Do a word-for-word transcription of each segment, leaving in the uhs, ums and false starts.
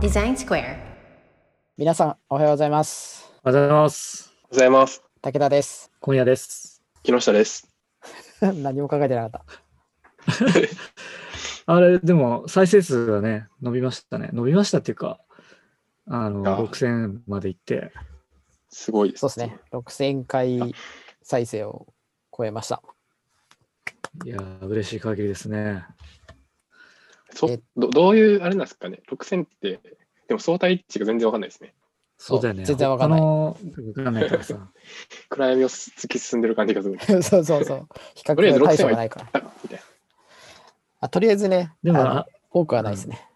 デザインスクエア。 皆さんおはようございます。 おはようございます。 おはようございます。 武田です。 今夜です。 木下です。 何も考えてなかったあれ、でも再生数がね、伸びましたね。伸びましたっていうか、あの、 あろくせんまで行って。 すごいです。 そうですね。ろくせんかい再生を超えました。 いやー、嬉しい限りですね。 そえどどういうあれなんですかね。ろくせんって、でも相対値が全然わかんないですね。 そうだよね。 全然わかんない。 他のわかんないからさ。 暗闇を突き進んでる感じがする。 そうそうそう。比較とりあえずの対ろくせんは象がないから。 みたいあとりあえずね、 でもあのあ多くはないですね。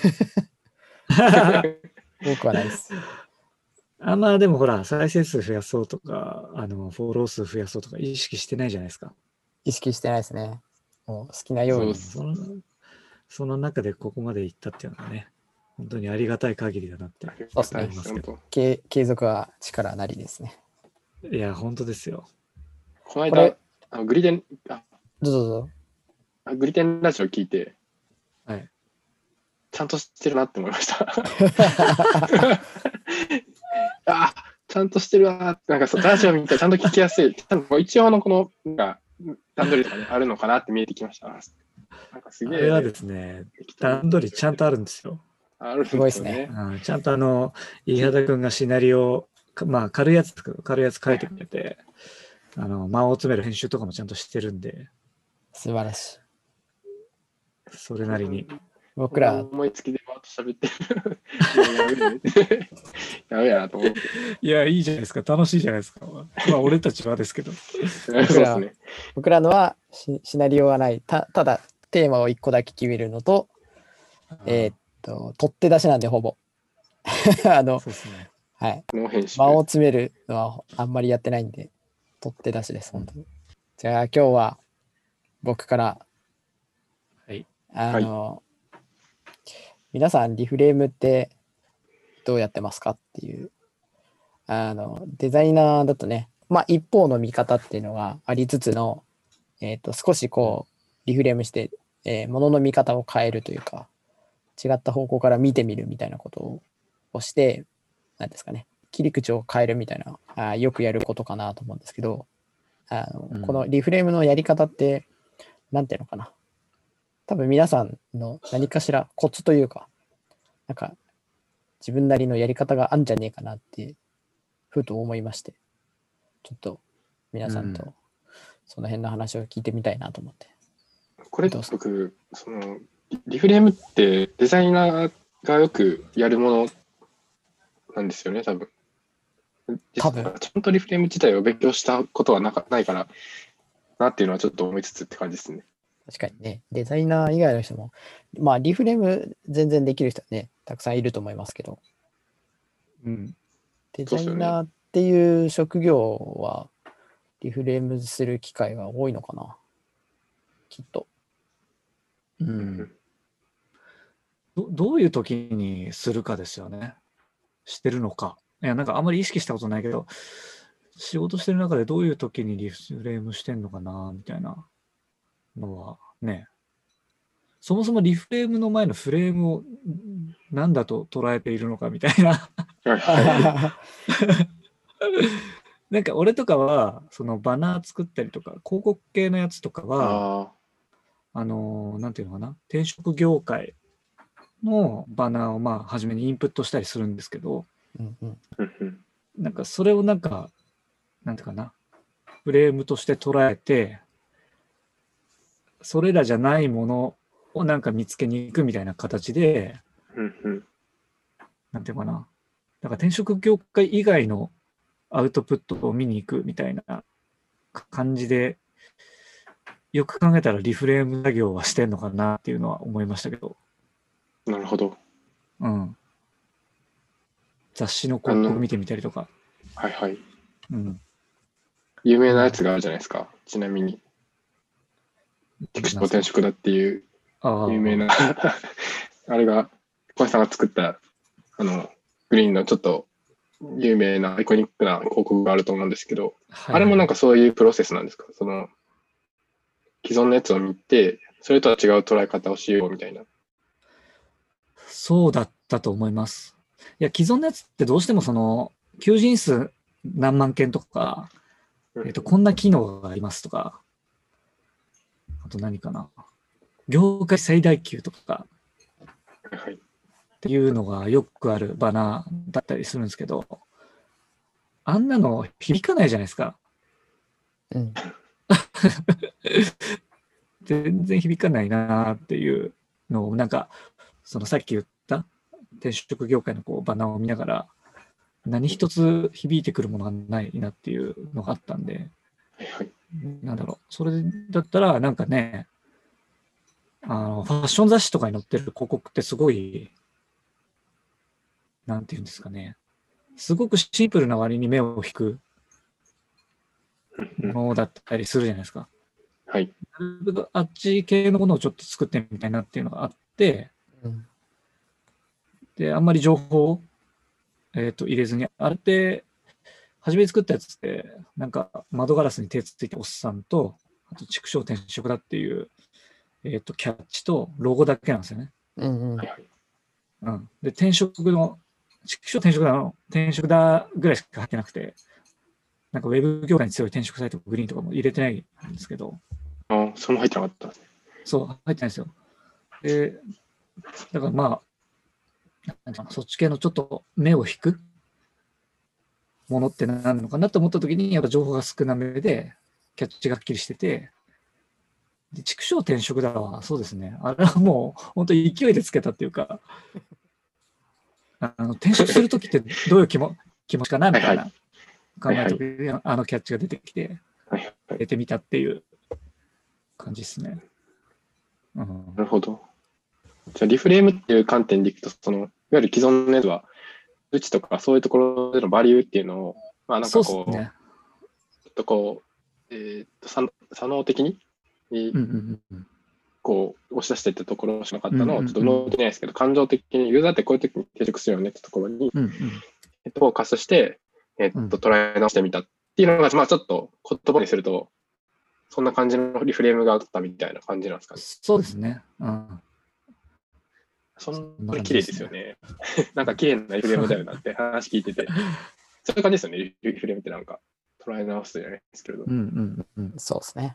多くはないです。 あんまでもほら、再生数増やそうとか、あの、フォロー数増やそうとか意識してないじゃないですか。 意識してないですね。もう好きなな。 ように。 そうっす。 その、その中でここまで行ったっていうのはね、本当にありがたい限りだなって。 そうっすねありがたいです本当継継続は力なりですね。 いや、本当ですよ。 この間これ、 あのグリテンあどうぞどうぞ。 あグリテンラジオ聞いて、 はい。 ちゃんとしてるなって思いました。あちゃんとしてるなって、なんかそうラジオみたいちゃんと聞きやすい。ちゃんと一応のこの、なんか、段取りとかね、あるのかなって見えてきました。なんかすげえ、 あれはですね、段取りちゃんとあるんですよ。 あるんすごいですね。 うん、ちゃんとあの、飯畑君がシナリオ、かまあ、軽いやつ、軽いやつ書いてくれて、あの、間を詰める編集とかもちゃんとしてるんで、 素晴らしい。 それなりに。 僕ら、 思いつきでバーッと喋ってる。やべえねやべえなと思って。 いや、いいじゃないですか。楽しいじゃないですか。まあ、俺たちはですけど。 そうですね。 僕らのはシシナリオはない。たただ、テーマをいっこだけ決めるのと、えーっと、取って出しなんで、ほぼ。あの、 そうですね。 はい。 ノー編集。 間を詰めるのはあんまりやってないんで、取って出しです、本当に。じゃあ、今日は僕から、 はい。 あの、皆さん、リフレームってどうやってますかっていう、あの、デザイナーだとね、まあ、一方の見方っていうのがありつつの、えーっと、少しこう、リフレームして、えー、ものの見方を変えるというか、違った方向から見てみるみたいなことををして、なんですかね、切り口を変えるみたいな、あよくやることかなと思うんですけど、あの、 うんこのリフレームのやり方って、なんていうのかな。多分皆さんの何かしらコツというか、なんか自分なりのやり方があるんじゃねえかなって、ふうと思いまして、ちょっと皆さんうんとその辺の話を聞いてみたいなと思って。 これどうぞ僕、その、リリフレームってデザイナーがよくやるものなんですよね、多分。 多分ちゃんとリフレーム自体を勉強したことはなかないからなっていうのはちょっと思いつつって感じですね。 確かにね、デザイナー以外の人も、まあリフレーム全然できる人はね、たくさんいると思いますけど、 うん。 デザイナーっていう職業はリフレームする機会が多いのかな、きっと。 うん。どどういう時にするかですよね。してるのか。いや、なんかあんまり意識したことないけど、仕事してる中でどういう時にリフレームしてんのかな、みたいなのはね。そもそもリフレームの前のフレームを何だと捉えているのかみたいな。 はいはなんか俺とかは、そのバナー作ったりとか、広告系のやつとかい。 は、 ああのーなんていうのかな、転職業界のバナーをまあ初めにインプットしたりするんですけど、 うんうん、 あ。うんうんなんかそれをなんか、なんていうかな、フレームとして捉えて、それらじゃないものをなんか見つけに行くみたいな形で、 うんうんなんていうかな、なんか転職業界以外のアウトプットを見に行くみたいな感じで、よく考えたらリフレーム作業はしてんのかなっていうのは思いましたけど、 なるほど。 うん。雑誌の広告見てみたりとか、 はいはい。 うん。 有名なやつがあるじゃないですか。ちなみに。テクスト転職だっていうああ有名なあれが小林さんが作ったあのグリーンのちょっと有名なアイコニックな広告があると思うんですけど、 はい、 あれもなんかそういうプロセスなんですか？その既存のやつを見てそれとは違う捉え方をしようみたいな。 そうだったと思います。いや、既存のやつってどうしてもその、求人数何万件とか、えっと、こんな機能がありますとか、あと何かな。業界最大級とかはい。 っていうのがよくあるバナーだったりするんですけど、あんなの響かないじゃないですか。 うん。 全然響かないなっていうのを、なんか、そのさっき言った転職業界のこうバナーを見ながら、何一つ響いてくるものがないなっていうのがあったんで、 はいはい。 なんだろう、それだったら、なんかね、あの、ファッション雑誌とかに載ってる広告ってすごい、なんていうんですかね、すごくシンプルな割に目を引くうんものだったりするじゃないですか。 はい。 なるべくあっち系のものをちょっと作ってみたいなっていうのがあって、 うん。 で、あんまり情報を、えーと入れずに、あれって、初めに作ったやつって、なんか窓ガラスに手つついたおっさんと、あと畜生転職だっていう、えーとキャッチとロゴだけなんですよね。 うんうんはいはい。 うん、で、転職の、畜生転職だの、転職だぐらいしか入ってなくて、なんかウェブ業界に強い転職サイト、グリーンとかも入れてないんですけど、 あ、それも入ってなかったんですね。 そう、入ってないんですよ。で、だからまあ、なんていうのそっち系のちょっと目を引くものって何なのかなと思ったときに、やっぱ情報が少なめで、キャッチがはっきりしてて、で畜生転職だわ、そうですね。あれはもう、本当に勢いでつけたっていうか、あの転職するときってどういう気も気持ちかなみたいな考えたときに、あのキャッチが出てきて、 はいはい。 入れてみたっていう感じですね。うんなるほど。じゃあ、リフレームっていう観点でいくと、その、いわゆる既存のやつは、数値とかそういうところでのバリューっていうのを、まあなんそうかこう、 ですね。 ちょっとこう、えーっと、さ作能的に、えーうんうんうんこう、押し出していったところしかなかったのを、 うんうんうんちょっと脳的ないですけど、感情的に、ユーザーってこういう時に定着するよねってところに、 うんうんえっと、フォーカスして、えっと、 うん捉え直してみたっていうのが、まあちょっと言葉にすると、そんな感じのリフレームがあったみたいな感じなんですかね。 そうですね。うんそんそんななに綺麗感じでねですすよね。なんか綺麗なリフレームだよなって話聞いてて、そういう感じですよね、リフレームってなんか、捉え直すじゃないですけれど。 うんうんうんそうですね。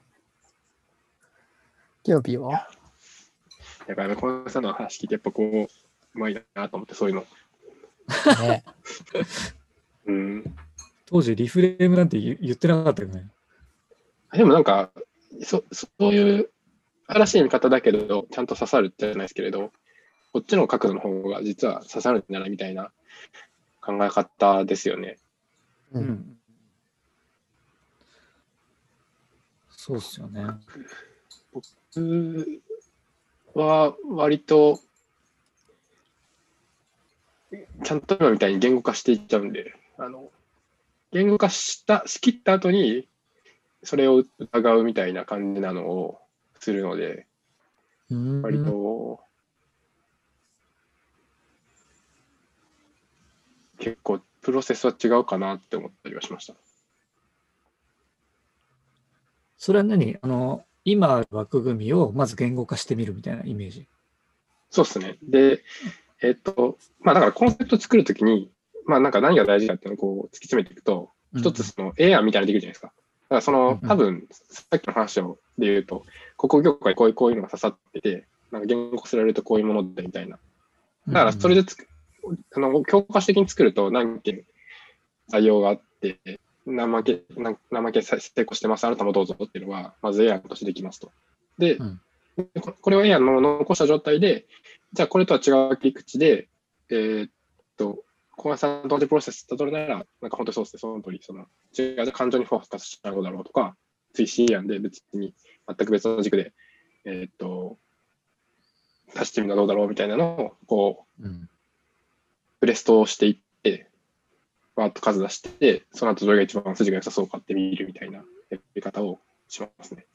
キヨピーはやっぱり小林さんの話聞いて、やっぱこう、うまいなと思って、そういうの。 ね。 うん。 当時リフレームなんて言言ってなかったよね。 でもなんか、そそういう新しい見方だけど、ちゃんと刺さるじゃないですけれど、こっちの角度の方が実は刺さるんじゃないみたいな考え方ですよね。 う。 うんん。そうっすよね。 僕は割と、ちゃんと今みたいに言語化していっちゃうんで、あの、言語化した、しきった後に、それを疑うみたいな感じなのをするので、 うん割と、結構プロセスは違うかなって思ったりはしました。 それは何あの、今ある枠組みをまず言語化してみるみたいなイメージ。 そうですね。で、えっと、まあだからコンセプト作るときに、まあなんか何が大事かっていうのをこう突き詰めていくと、一つその エーアール みたいなのできるじゃないですか。だからその多分、さっきの話をで言うと、ここ業界こういうこういうのが刺さってて、なんか言語化されるとこういうものでみたいな。だからそれでつく、あの教科書的に作ると何件採用があって、何万件、何何万件成功してます、あなたもどうぞっていうのが、まず エーアール としてできますと。で、 うんここれを エーアール の残した状態で、じゃあこれとは違う切り口で、えーっと、小林さんと同じプロセスたどるなら、なんか本当にそうですね、その通り、その違う感情にフォーカスしちゃうだろうとか、つい シーアン で別に全く別の軸で、えーっと、足してみるのはどうだろうみたいなのを、こう、 うんブレストをしていって、バーッと数出して、その後どれが一番筋が良さそうかって見るみたいなやり方をしますね。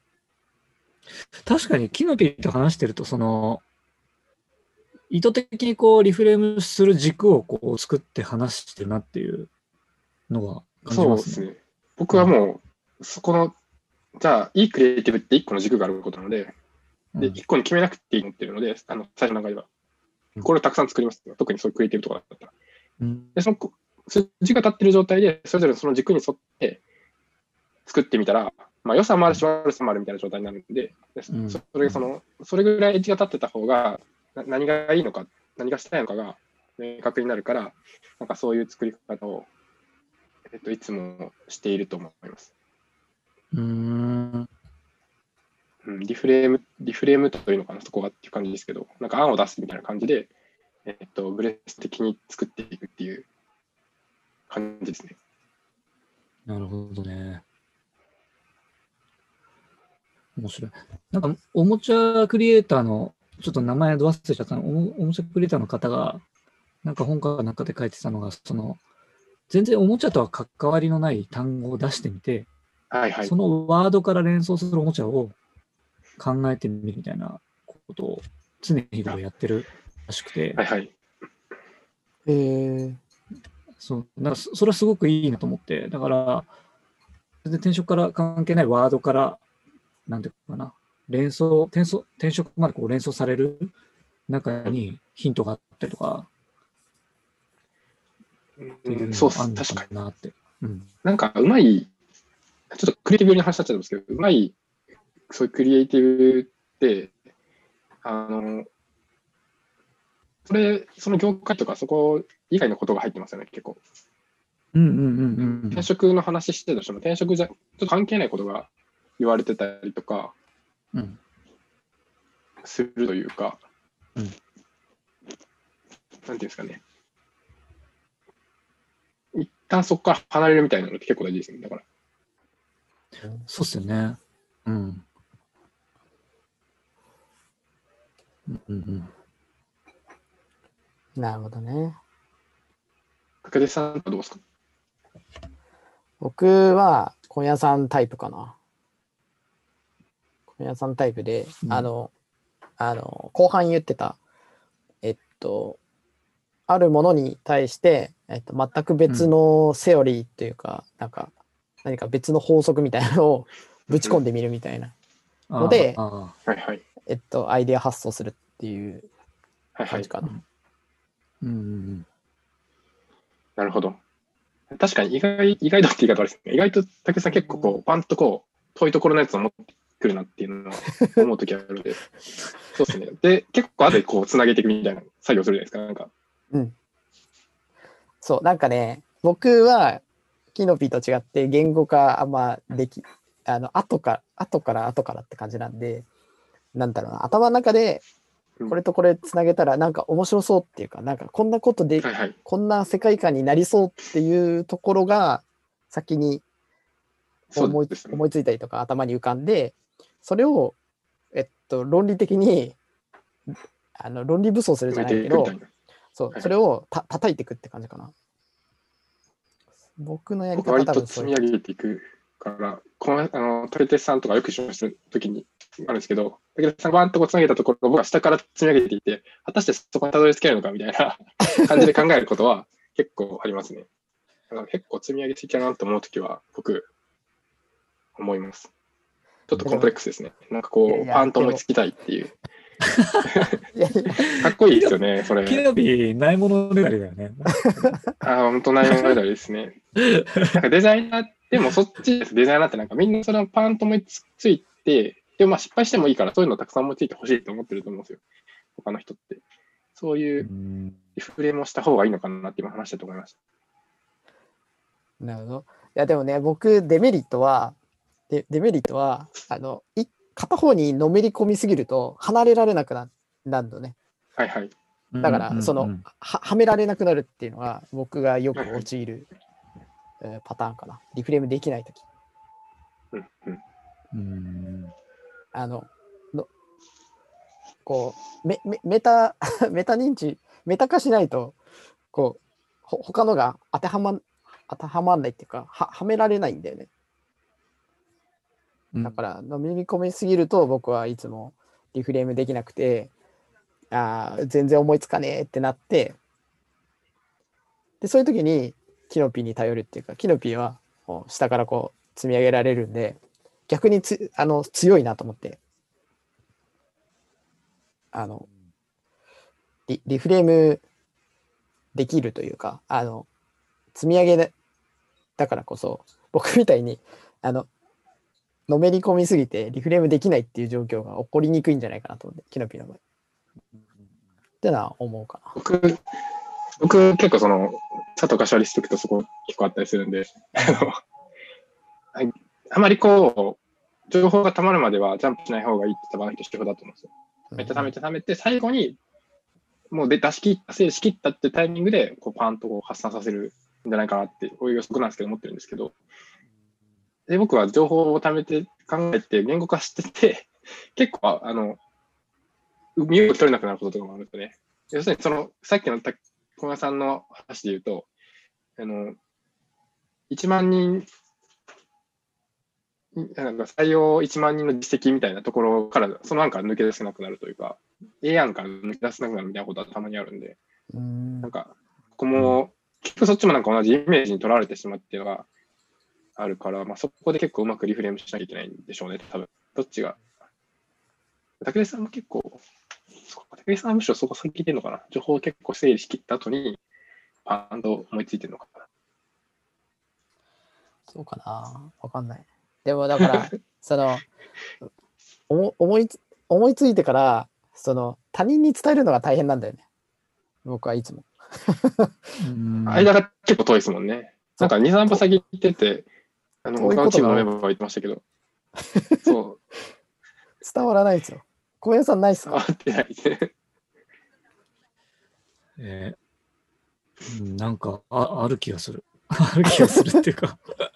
確かに、キノピーと話してると、その、意図的にこう、リフレームする軸をこう、作って話してるなっていうのは感じそうまね。 ですすね。僕はもう、そこの、じゃあ、いいクリエイティブって一個の軸があることなので、で、 うん一個に決めなくていいと思ってるので、あの、最初の中では。 これをたくさん作ります。特にそういうクリエイティブとかだったら。 うんで、その筋が立ってる状態で、それぞれその軸に沿って作ってみたら、まあ、良さもあるし悪さもあるみたいな状態になるんで、でうんそれそのそれぐらいエッジが立ってた方が、な何がいいのか、何がしたいのかが明確になるから、なんかそういう作り方を、えっと、いつもしていると思います。 うーん。 うん、リフレーム、リフレームというのかな、そこがっていう感じですけど、なんか案を出すみたいな感じで、えっと、ブレス的に作っていくっていう感じですね。 なるほどね。面白い。なんか、おもちゃクリエイターの、ちょっと名前ど忘れちゃったの、おもおもちゃクリエイターの方が、なんか本かなんかで書いてたのが、その、全然おもちゃとは関わりのない単語を出してみて、 はいはいそ。のワードから連想するおもちゃを考えてみるみたいなことを常日頃やってるらしくて、 はいはい。 へえ。 そうなんかそそれはすごくいいなと思って、だから、全然転職から関係ないワードから、なんていうかな、連想、転送転職までこう連想される中にヒントがあったりとかっていううん、そうっす、 のもあるの確かに。 かなって。うん。 なんか、うまい、ちょっとクリエイティブに話しちゃっちゃうんですけど、うまい、そういうクリエイティブって、あの、それ、その業界とか、そこ以外のことが入ってますよね、結構。 うんうんうんうん転職の話してたとしても、転職じゃ、ちょっと関係ないことが言われてたりとかうん。うんするというか、 うんなんていうんですかね。一旦そこから離れるみたいなのって結構大事ですね。だから。 そうっすよね。うん。うんうんうん。 なるほどね。 武出さんはどうですか？ 僕は本屋さんタイプかな。本屋さんタイプで、 うんあの、あの、後半言ってた、えっと、あるものに対して、えっと、全く別のセオリーというか、なんか、何か別の法則みたいなのをぶち込んでみるみたいなので、 ああはいはい。 えっと、アイデア発想するっていうはいはい感じ。かな。 うんうんうんなるほど。確かに意外、意外とって言い方悪いですね。意外と武井さん結構こう、パンとこう、遠いところのやつを持ってくるなっていうのは思うときあるので、そうですね。で、結構後でこう、つなげていくみたいな作業するじゃないですか。なんか。 うん。そう、なんかね、僕は、キノピーと違って言語化あんまでき、あの、後から、後から後からって感じなんで、なんだろうな、頭の中で、これとこれつなげたらなんか面白そうっていうか、なんかこんなことで、 はいはい。 こんな世界観になりそうっていうところが先にそ思い、 うですね。 思いついたりとか頭に浮かんで、それを、えっと、論理的にあの論理武装するじゃ埋めないけど、 ていくみたいな。 そう、 はいそれをた叩いていくって感じかな。僕のやり方僕割と多分そういう感じ。 積み上げていくから、この、あの、武田さんとかよく一緒にするときにあるんですけど、武田さんがバーンとこうつなげたところを僕は下から積み上げていって、果たしてそこにたどり着けるのかみたいな感じで考えることは結構ありますね。だから結構積み上げすぎだなと思うときは、僕、思います。ちょっとコンプレックスですね。なんかこう、 いやいやパンと思いつきたいっていう。 いやいやかっこいいですよね、それ。 キノピーないものねだりだよね。 ああ、本当ないものですね。なんかデザイナーでもそっちです。デザイナーってなんかみんなそれをパンと思いついて、でもまあ失敗してもいいからそういうのをたくさん思いついてほしいと思ってると思うんですよ。他の人って。そういううんリフレームをした方がいいのかなって今話したと思いましなるほど。いやでもね、僕デメリットは、デデメリットは、あの、い片方にのめり込みすぎると離れられなくななるのね。 た。はいはい。 だから、その、 うんははめられなくなるっていうのが僕がよく陥る、えーパターンかな。リフレームできないとき。 うんうん。 うんあの、のこうメメメタメタ認知メタ化しないとこうほ他のが当てはまん当てはまんないっていうかははめられないんだよね。 うんだからのめり込みすぎると僕はいつもリフレームできなくて、あー全然思いつかねえってなって、でそういう時にキノピーに頼るっていうか、キノピーはこう下からこう積み上げられるんで、逆につあの強いなと思って、あのリリフレームできるというか、あの積み上げでだからこそ僕みたいにあののめり込みすぎてリフレームできないっていう状況が起こりにくいんじゃないかなと思って、キノピの場合。ってのは思うかな。 僕、僕結構その、佐藤柏リスペクトそこ結構あったりするんで、あのあまりこう、情報が溜まるまではジャンプしない方がいいって多分あの人主張だと思うんですよ。めっちゃ溜めて溜めて、最後にもうで出し切った、整理し切ったっていうタイミングでこうパーンとこう発散させるんじゃないかなって、こういう予測なんですけど思ってるんですけど、で僕は情報を溜めて考えて言語化してて、結構あの、身動き取れなくなることとかもあるんですよね。要するにその、さっきの小川さんの話で言うと、あの、いちまんにん、なんか採用いちまんにんの実績みたいなところから、その案から抜け出せなくなるというか、A 案から抜け出せなくなるみたいなことはたまにあるんで、 うんなんか、ここも、結局そっちもなんか同じイメージに取られてしまうっていうのがあるから、まあ、そこで結構うまくリフレームしなきゃいけないんでしょうね、多分。どっちが。武井さんも結構、そうか武井さんはむしろそこ先聞いてるのかな。情報を結構整理しきった後に、パーンと思いついてるのかな。 そうかな、わかんない。でもだからその思思いつ思いついてからその他人に伝えるのが大変なんだよね。僕はいつも。 間が結構遠いですもんね。なんかに、さん歩先行ってて、あの他のチームのメンバーが言ってましたけど、そう。 伝わらないですよ。小屋さんないっすか？ 伝わってないですね。 えーうんなんかあ、ある気がする。ある気がするっていうか。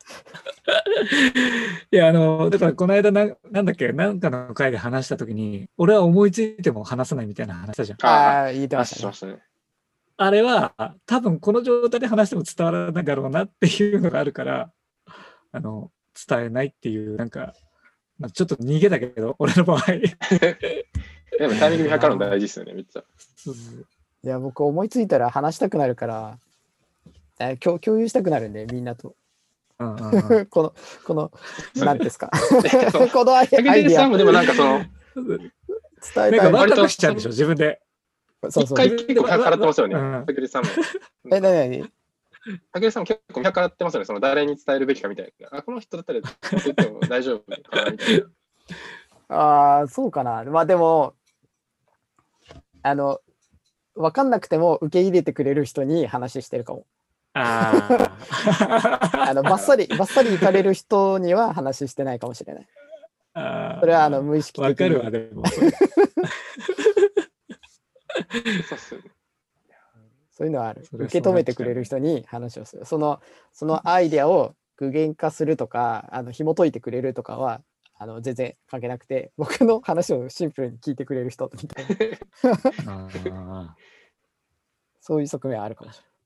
いや、あの、だからこの間な、なんだっけ、なんかの回で話したときに、俺は思いついても話さないみたいな話したじゃん。 ああ、言ってましたね。 しましたね。 あれは、多分この状態で話しても伝わらないだろうなっていうのがあるから、あの、伝えないっていう、なんか、まあ、ちょっと逃げだけど、俺の場合。 でもタイミング見計るの大事ですよね、めっちゃ。 そうそういや、僕思いついたら話したくなるから、え共共有したくなるんで、みんなと。 うんうんうん、 この、この、なんですか。 そうこのアイアイディア武井さんもでもなんかその、 伝えたい。 なんかワクワクしちゃうんでしょ、自分で。 そうそう。 一回結構見計らってますよね、 うん武井さんも。 え、なになに武井さんも結構見計らってますよね、その誰に伝えるべきかみたいな。あ、この人だったら言っても大丈夫かなみたいな。 ああ、そうかな。まあでも、あの、分かんなくても受け入れてくれる人に話してるかも。 ああのバッサリ、バッサリ行かれる人には話してないかもしれない。 あ。 それはあの無意識的に。 わかるわ、でも。 そうっすよね。 そういうのはある。 それは受け止めてくれる人に話をする。その、そのアイデアを具現化するとか、あの紐解いてくれるとかは、あの全然関係なくて、僕の話をシンプルに聞いてくれる人みたいな。 あそういう側面はあるかもしれない。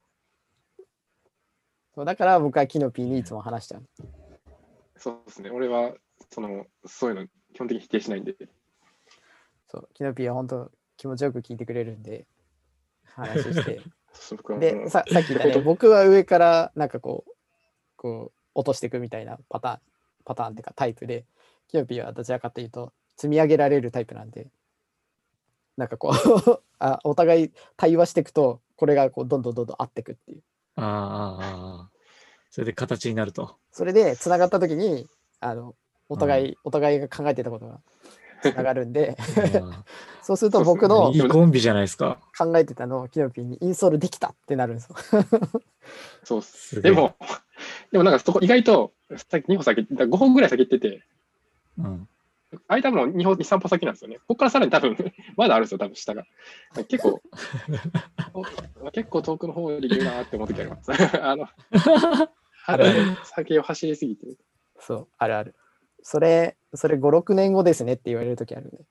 そうだから僕はキノピーにいつも話しちゃう。 そうですね、俺はそのそういうの基本的に否定しないんで。 そう、キノピーは本当気持ちよく聞いてくれるんで、話して。 僕はでさ、さっき言ったね、僕は上からなんかこう、こう落としていくみたいなパターン、パターンっていうかタイプで、キノピーはどちらかというと積み上げられるタイプなんで、なんかこうあ、お互い対話していくと、これがこうどんどんどんどん合っていくっていう。 あ、ああ、それで形になると。 それでつながった時に、あのお互い、お互いが考えてたことがつながるんで、そうすると僕のいいコンビじゃないですか。 考えてたのをキノピーにインストールできたってなるんですよ。 そうっす。でも、でもなんかそこ意外とさっきに歩先、ご歩ぐらい先行ってて、 うん、 間もに歩、に、さん歩先なんですよね。ここからさらに多分、まだあるんですよ、多分下が。結構、結構遠くの方にいるなって思う時あります。あの、 あるある先を走りすぎて。 そう、あるある。それ、それご、ろくねんごですねって言われる時あるね。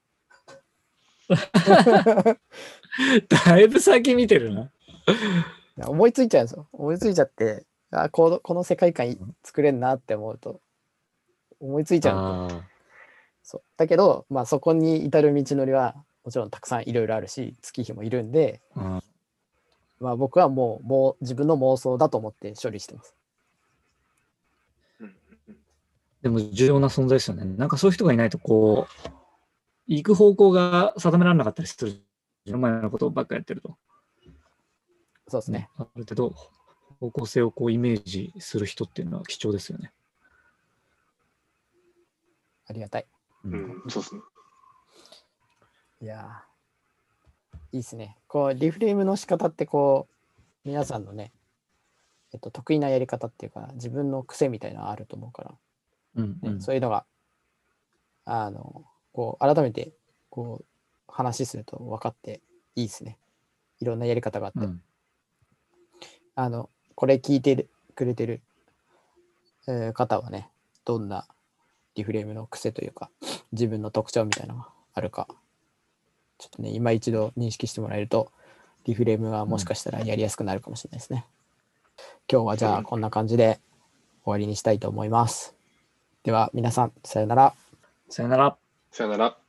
だいぶ先見てるな。 いや思いついちゃうんですよ。思いついちゃって、あこのこの世界観作れんなって思うと、思いついちゃうんで。そうだけど、まあ、そこに至る道のりはもちろんたくさんいろいろあるし、月日もいるんで、 うん、 まあ、僕はもう、もう自分の妄想だと思って処理してます。 でも重要な存在ですよね。なんかそういう人がいないと、こう、行く方向が定められなかったりするじ目の前のことばっかやってると。 そうですね。 ある程度、方向性をこうイメージする人っていうのは貴重ですよね。 ありがたい。 ううんん、そうですね。 いやー、いいですね。こう、リフレームの仕方ってこう、皆さんのね、えっと、得意なやり方っていうか、自分の癖みたいなのあると思うから、ねうんうんそういうのが、あの、こう、改めて、こう、話すると分かっていいですね。いろんなやり方があって。 うんあの、これ聞いてるくれてる、えー方はね、どんなリフレームの癖というか、自分の特徴みたいなのがあるか、ちょっとね、今一度認識してもらえると、リフレームはもしかしたらやりやすくなるかもしれないですね。今日はじゃあこんな感じで終わりにしたいと思います。では皆さん、さよなら。 さよなら。 さよなら。